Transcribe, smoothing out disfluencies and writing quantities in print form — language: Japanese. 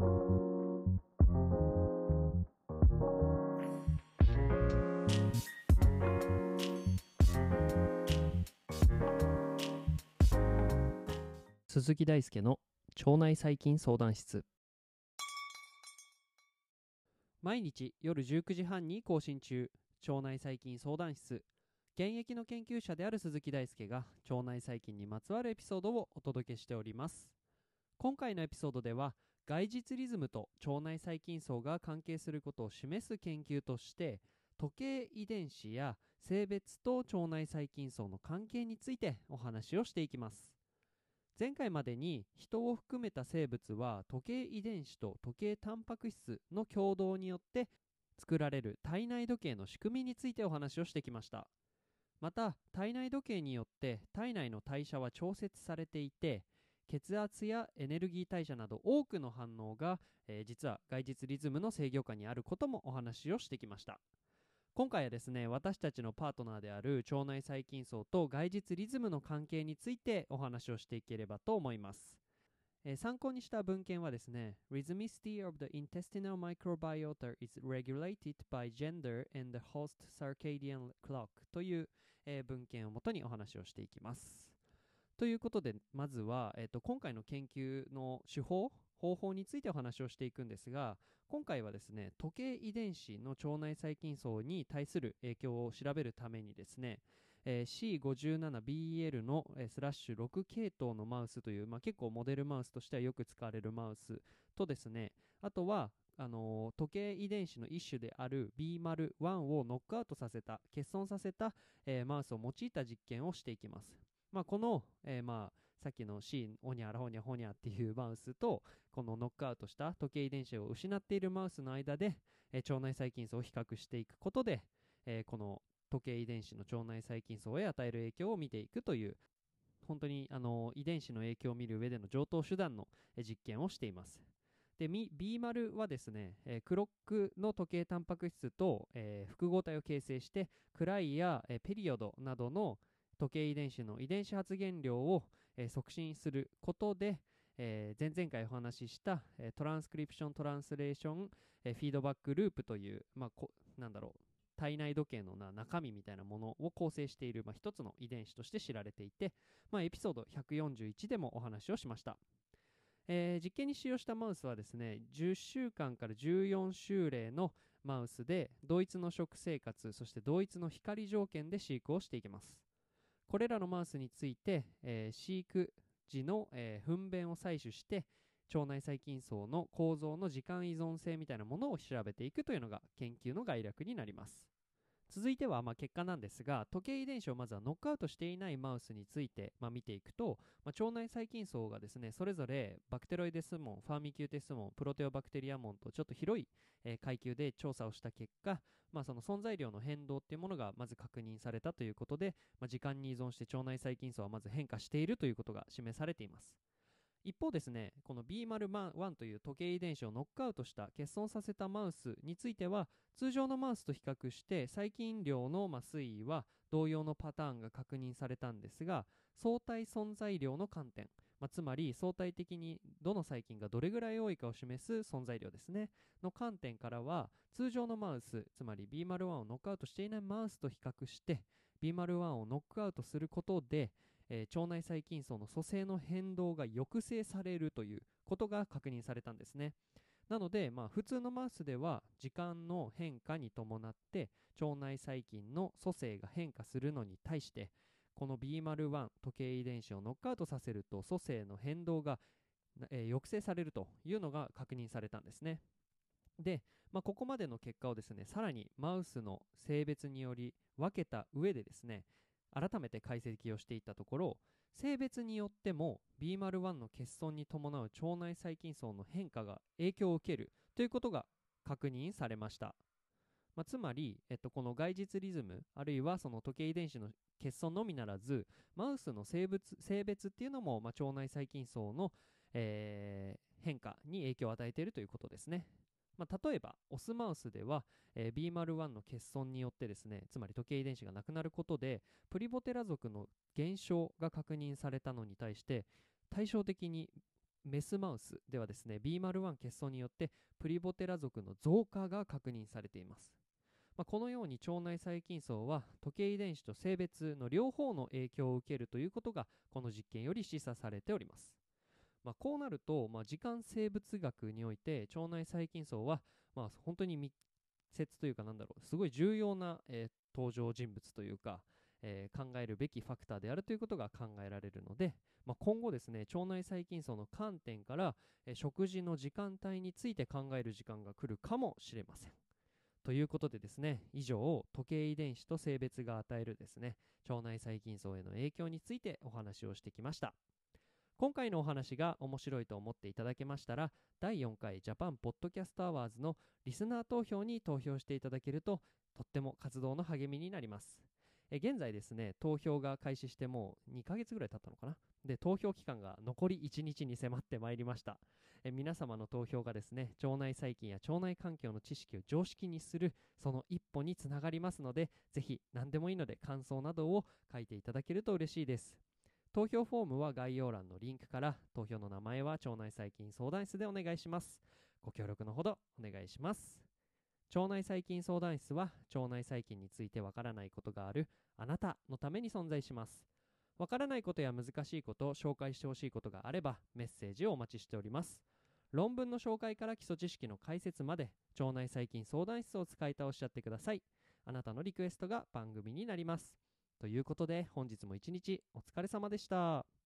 鈴木大輔の腸内細菌相談室。毎日夜19時半に更新中、腸内細菌相談室。現役の研究者である鈴木大輔が腸内細菌にまつわるエピソードをお届けしております。今回のエピソードでは、外日リズムと腸内細菌層が関係することを示す研究として、時計遺伝子や性別と腸内細菌層の関係についてお話をしていきます。前回までに人を含めた生物は時計遺伝子と時計タンパク質の共同によって作られる体内時計の仕組みについてお話をしてきました。また体内時計によって体内の代謝は調節されていて、血圧やエネルギー代謝など多くの反応が、実は外日リズムの制御下にあることもお話をしてきました。今回はですね、私たちのパートナーである腸内細菌層と外日リズムの関係についてお話をしていければと思います。参考にした文献はですね、Rhythmicity of the intestinal microbiota is regulated by gender and the host circadian clock という、文献をもとにお話をしていきます。ということで、まずは、今回の研究の方法についてお話をしていくんですが、今回はですね、時計遺伝子の腸内細菌層に対する影響を調べるためにですね、C57BL のスラッシュ6系統のマウスという、結構モデルマウスとしてはよく使われるマウスとですね、あとは時計遺伝子の一種である B○1 をノックアウトさせた、欠損させた、マウスを用いた実験をしていきます。この、さっきの C オニャラホニャホニャっていうマウスとこのノックアウトした時計遺伝子を失っているマウスの間で、腸内細菌層を比較していくことで、この時計遺伝子の腸内細菌層へ与える影響を見ていくという、本当に遺伝子の影響を見る上での常套手段の実験をしています。で B○はですね、クロックの時計タンパク質と、複合体を形成してクライや、ペリオドなどの時計遺伝子の遺伝子発現量を、促進することで、前々回お話しした、トランスクリプショントランスレーション、フィードバックループという、体内時計の中身みたいなものを構成している、一つの遺伝子として知られていて、エピソード141でもお話をしました。実験に使用したマウスはですね、10週間から14週例のマウスで同一の食生活、そして同一の光条件で飼育をしていきます。これらのマウスについて、飼育時の、糞便を採取して腸内細菌層の構造の時間依存性みたいなものを調べていくというのが研究の概略になります。続いては結果なんですが、時計遺伝子をまずはノックアウトしていないマウスについて見ていくと、腸内細菌層がですね、それぞれバクテロイデス門、ファーミキューテス門、プロテオバクテリア門とちょっと広い、階級で調査をした結果、その存在量の変動っていうものがまず確認されたということで、時間に依存して腸内細菌層はまず変化しているということが示されています。一方ですね、この B○1 という時計遺伝子をノックアウトした欠損させたマウスについては、通常のマウスと比較して細菌量の推移は同様のパターンが確認されたんですが、相対存在量の観点、つまり相対的にどの細菌がどれぐらい多いかを示す存在量ですねの観点からは、通常のマウス、つまり B○1 をノックアウトしていないマウスと比較して B○1 をノックアウトすることで、腸内細菌層の組成の変動が抑制されるということが確認されたんですね。なので、普通のマウスでは時間の変化に伴って腸内細菌の組成が変化するのに対して、この B○1 時計遺伝子をノックアウトさせると組成の変動が、抑制されるというのが確認されたんですね。で、ここまでの結果をですね、さらにマウスの性別により分けた上でですね、改めて解析をしていったところ、性別によっても B○1 の欠損に伴う腸内細菌層の変化が影響を受けるということが確認されました。つまり、この外日リズム、あるいはその時計遺伝子の欠損のみならず、マウスの性別っていうのも、腸内細菌層の、変化に影響を与えているということですね。例えばオスマウスでは、B○1 の欠損によってですね、つまり時計遺伝子がなくなることでプリボテラ属の減少が確認されたのに対して、対照的にメスマウスではですね、B-1 欠損によってプリボテラ属の増加が確認されています。このように腸内細菌層は時計遺伝子と性別の両方の影響を受けるということがこの実験より示唆されております。こうなると、時間生物学において腸内細菌層は、本当に密接というかすごい重要な、登場人物というか、考えるべきファクターであるということが考えられるので、今後ですね、腸内細菌層の観点から、食事の時間帯について考える時間が来るかもしれません。ということでですね、以上、時計遺伝子と性別が与えるですね、腸内細菌層への影響についてお話をしてきました。今回のお話が面白いと思っていただけましたら、第4回ジャパンポッドキャストアワーズのリスナー投票に投票していただけると、とっても活動の励みになります。現在ですね、投票が開始してもう2ヶ月ぐらい経ったのかな。で、投票期間が残り1日に迫ってまいりました。皆様の投票がですね、腸内細菌や腸内環境の知識を常識にするその一歩につながりますので、ぜひ何でもいいので感想などを書いていただけると嬉しいです。投票フォームは概要欄のリンクから、投票の名前は腸内細菌相談室でお願いします。ご協力のほどお願いします。腸内細菌相談室は、腸内細菌についてわからないことがあるあなたのために存在します。わからないことや難しいこと、紹介してほしいことがあればメッセージをお待ちしております。論文の紹介から基礎知識の解説まで、腸内細菌相談室を使い倒しちゃってください。あなたのリクエストが番組になります。ということで、本日も一日お疲れ様でした。